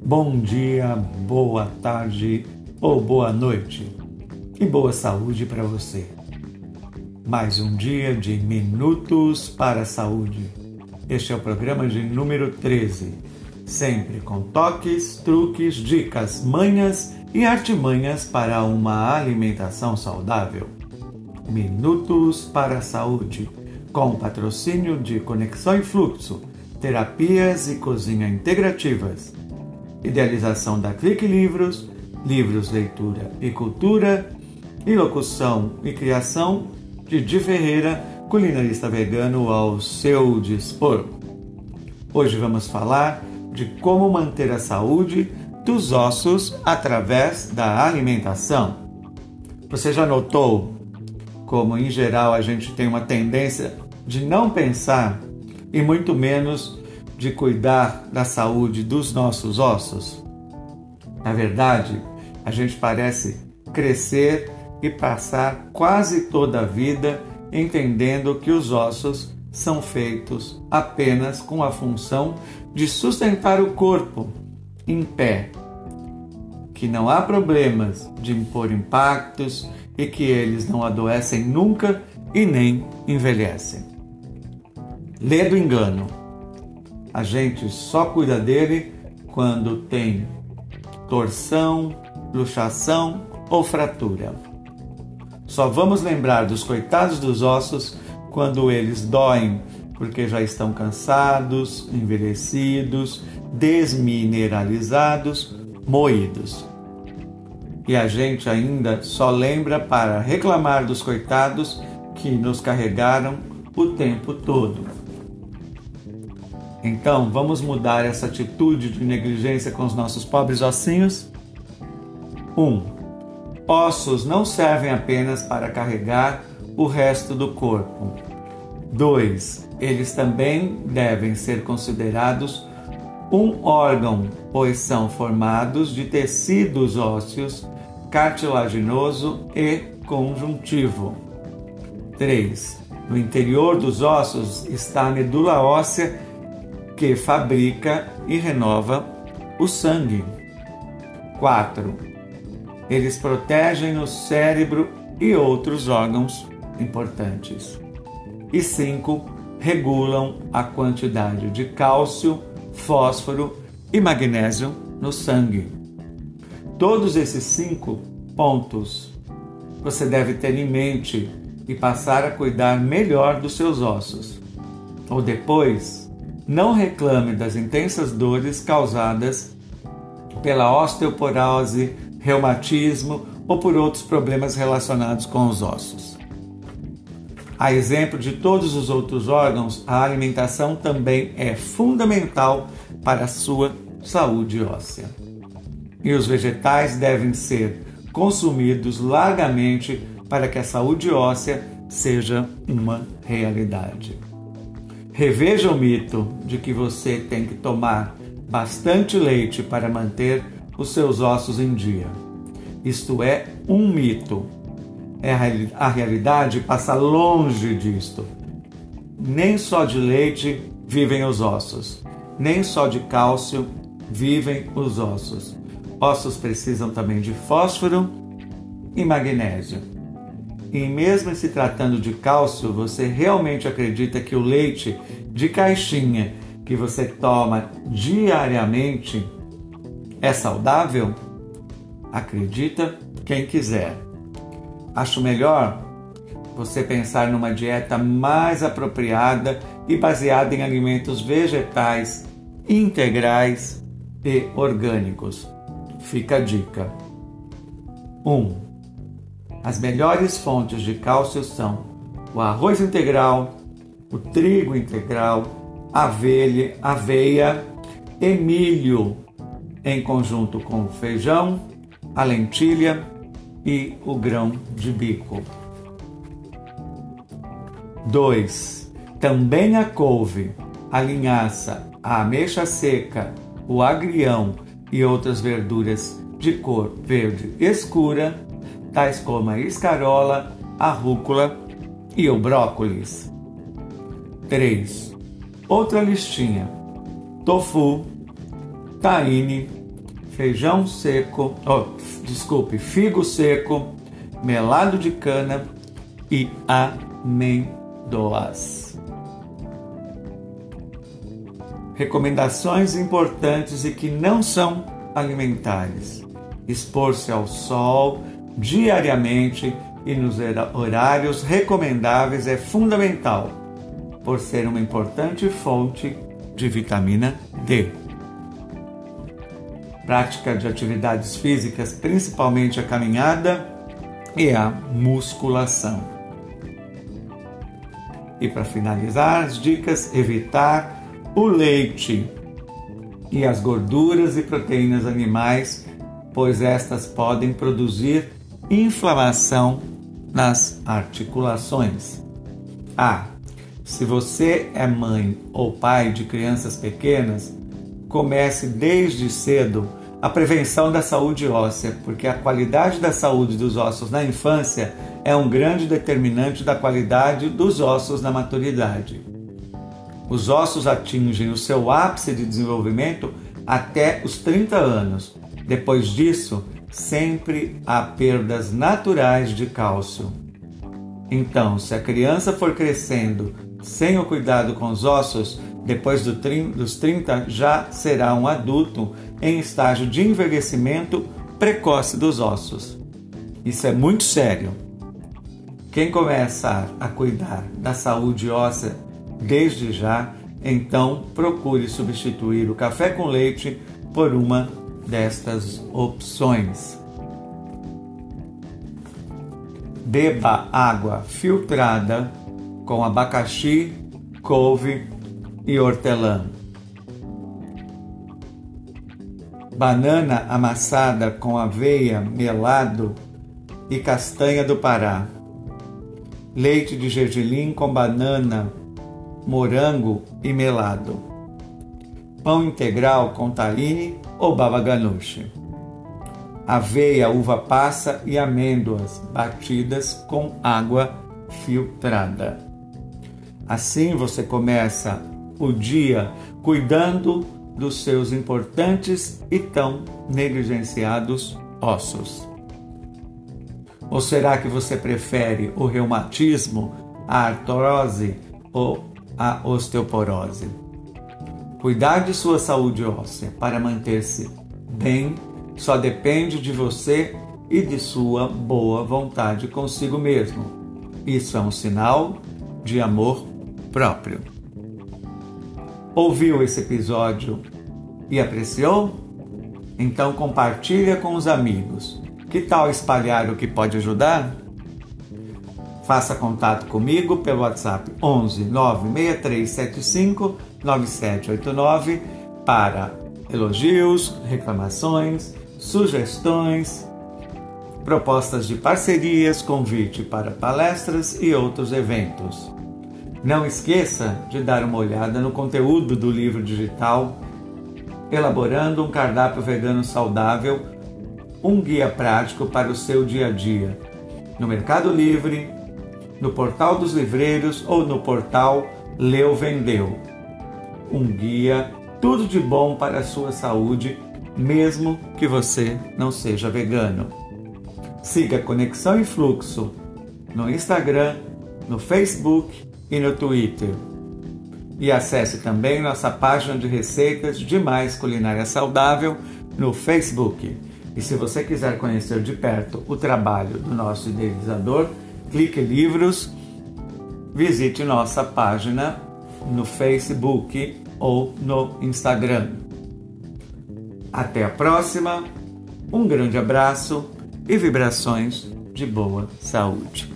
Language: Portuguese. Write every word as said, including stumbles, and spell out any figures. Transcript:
Bom dia, boa tarde ou boa noite e boa saúde para você. Mais um dia de Minutos para a Saúde. Este é o programa de número treze, sempre com toques, truques, dicas, manhas e artimanhas para uma alimentação saudável. Minutos para a Saúde, com patrocínio de Conexão e Fluxo, Terapias e Cozinha Integrativas. Idealização da Clique Livros, Livros, Leitura e Cultura, e locução e criação de Di Ferreira, culinarista vegano ao seu dispor. Hoje vamos falar de como manter a saúde dos ossos através da alimentação. Você já notou como, em geral, a gente tem uma tendência de não pensar e muito menos de cuidar da saúde dos nossos ossos? Na verdade, a gente parece crescer e passar quase toda a vida entendendo que os ossos são feitos apenas com a função de sustentar o corpo em pé, que não há problemas de impor impactos e que eles não adoecem nunca e nem envelhecem. Lê do engano. A gente só cuida dele quando tem torção, luxação ou fratura. Só vamos lembrar dos coitados dos ossos quando eles doem, porque já estão cansados, envelhecidos, desmineralizados, moídos. E a gente ainda só lembra para reclamar dos coitados que nos carregaram o tempo todo. Então, vamos mudar essa atitude de negligência com os nossos pobres ossinhos? um. Ossos não servem apenas para carregar o resto do corpo. dois. Eles também devem ser considerados um órgão, pois são formados de tecidos ósseos, cartilaginoso e conjuntivo. três. No interior dos ossos está a medula óssea, que fabrica e renova o sangue. quatro. Eles protegem o cérebro e outros órgãos importantes. E cinco. Regulam a quantidade de cálcio, fósforo e magnésio no sangue. Todos esses cinco pontos você deve ter em mente e passar a cuidar melhor dos seus ossos. Ou depois, não reclame das intensas dores causadas pela osteoporose, reumatismo ou por outros problemas relacionados com os ossos. A exemplo de todos os outros órgãos, a alimentação também é fundamental para a sua saúde óssea. E os vegetais devem ser consumidos largamente para que a saúde óssea seja uma realidade. Reveja o mito de que você tem que tomar bastante leite para manter os seus ossos em dia. Isto é um mito. É a realidade passa longe disto. Nem só de leite vivem os ossos, nem só de cálcio vivem os ossos. Ossos precisam também de fósforo e magnésio. E mesmo se tratando de cálcio, você realmente acredita que o leite de caixinha que você toma diariamente é saudável? Acredita quem quiser. Acho melhor você pensar numa dieta mais apropriada e baseada em alimentos vegetais, integrais e orgânicos. Fica a dica. um. As melhores fontes de cálcio são o arroz integral, o trigo integral, aveia, aveia e milho, em conjunto com o feijão, a lentilha e o grão de bico. dois. Também a couve, a linhaça, a ameixa seca, o agrião e outras verduras de cor verde escura, tais como a escarola, a rúcula e o brócolis. três. Outra listinha: tofu, tahine, feijão seco, oh, desculpe, figo seco, melado de cana e amêndoas. Recomendações importantes e que não são alimentares: expor-se ao sol diariamente e nos horários recomendáveis é fundamental, por ser uma importante fonte de vitamina D. Prática de atividades físicas, principalmente a caminhada e a musculação. E para finalizar, as dicas: evitar o leite e as gorduras e proteínas animais, pois estas podem produzir inflamação nas articulações. Ah, se você é mãe ou pai de crianças pequenas, comece desde cedo a prevenção da saúde óssea, porque a qualidade da saúde dos ossos na infância é um grande determinante da qualidade dos ossos na maturidade. Os ossos atingem o seu ápice de desenvolvimento até os trinta anos. Depois disso, sempre há perdas naturais de cálcio. Então, se a criança for crescendo sem o cuidado com os ossos, depois do trin- dos trinta já será um adulto em estágio de envelhecimento precoce dos ossos. Isso é muito sério. Quem começar a cuidar da saúde óssea desde já, então procure substituir o café com leite por uma destas opções. Beba água filtrada com abacaxi, couve e hortelã. Banana amassada com aveia, melado e castanha do Pará. Leite de gergelim com banana, morango e melado. Pão integral com tahine ou baba ganoush. Aveia, uva passa e amêndoas batidas com água filtrada. Assim você começa o dia cuidando dos seus importantes e tão negligenciados ossos. Ou será que você prefere o reumatismo, a artrose ou a osteoporose? Cuidar de sua saúde óssea para manter-se bem só depende de você e de sua boa vontade consigo mesmo. Isso é um sinal de amor próprio. Ouviu esse episódio e apreciou? Então compartilha com os amigos. Que tal espalhar o que pode ajudar? Faça contato comigo pelo WhatsApp onze nove seis três sete cinco nove sete oito nove para elogios, reclamações, sugestões, propostas de parcerias, convite para palestras e outros eventos. Não esqueça de dar uma olhada no conteúdo do livro digital Elaborando um Cardápio Vegano Saudável, um guia prático para o seu dia a dia, no Mercado Livre, no Portal dos Livreiros ou no portal Leu Vendeu. Um guia, tudo de bom para a sua saúde, mesmo que você não seja vegano. Siga Conexão e Fluxo no Instagram, no Facebook e no Twitter. E acesse também nossa página de receitas de Mais Culinária Saudável no Facebook. E se você quiser conhecer de perto o trabalho do nosso idealizador, Clique Livros, visite nossa página no Facebook ou no Instagram. Até a próxima, um grande abraço e vibrações de boa saúde.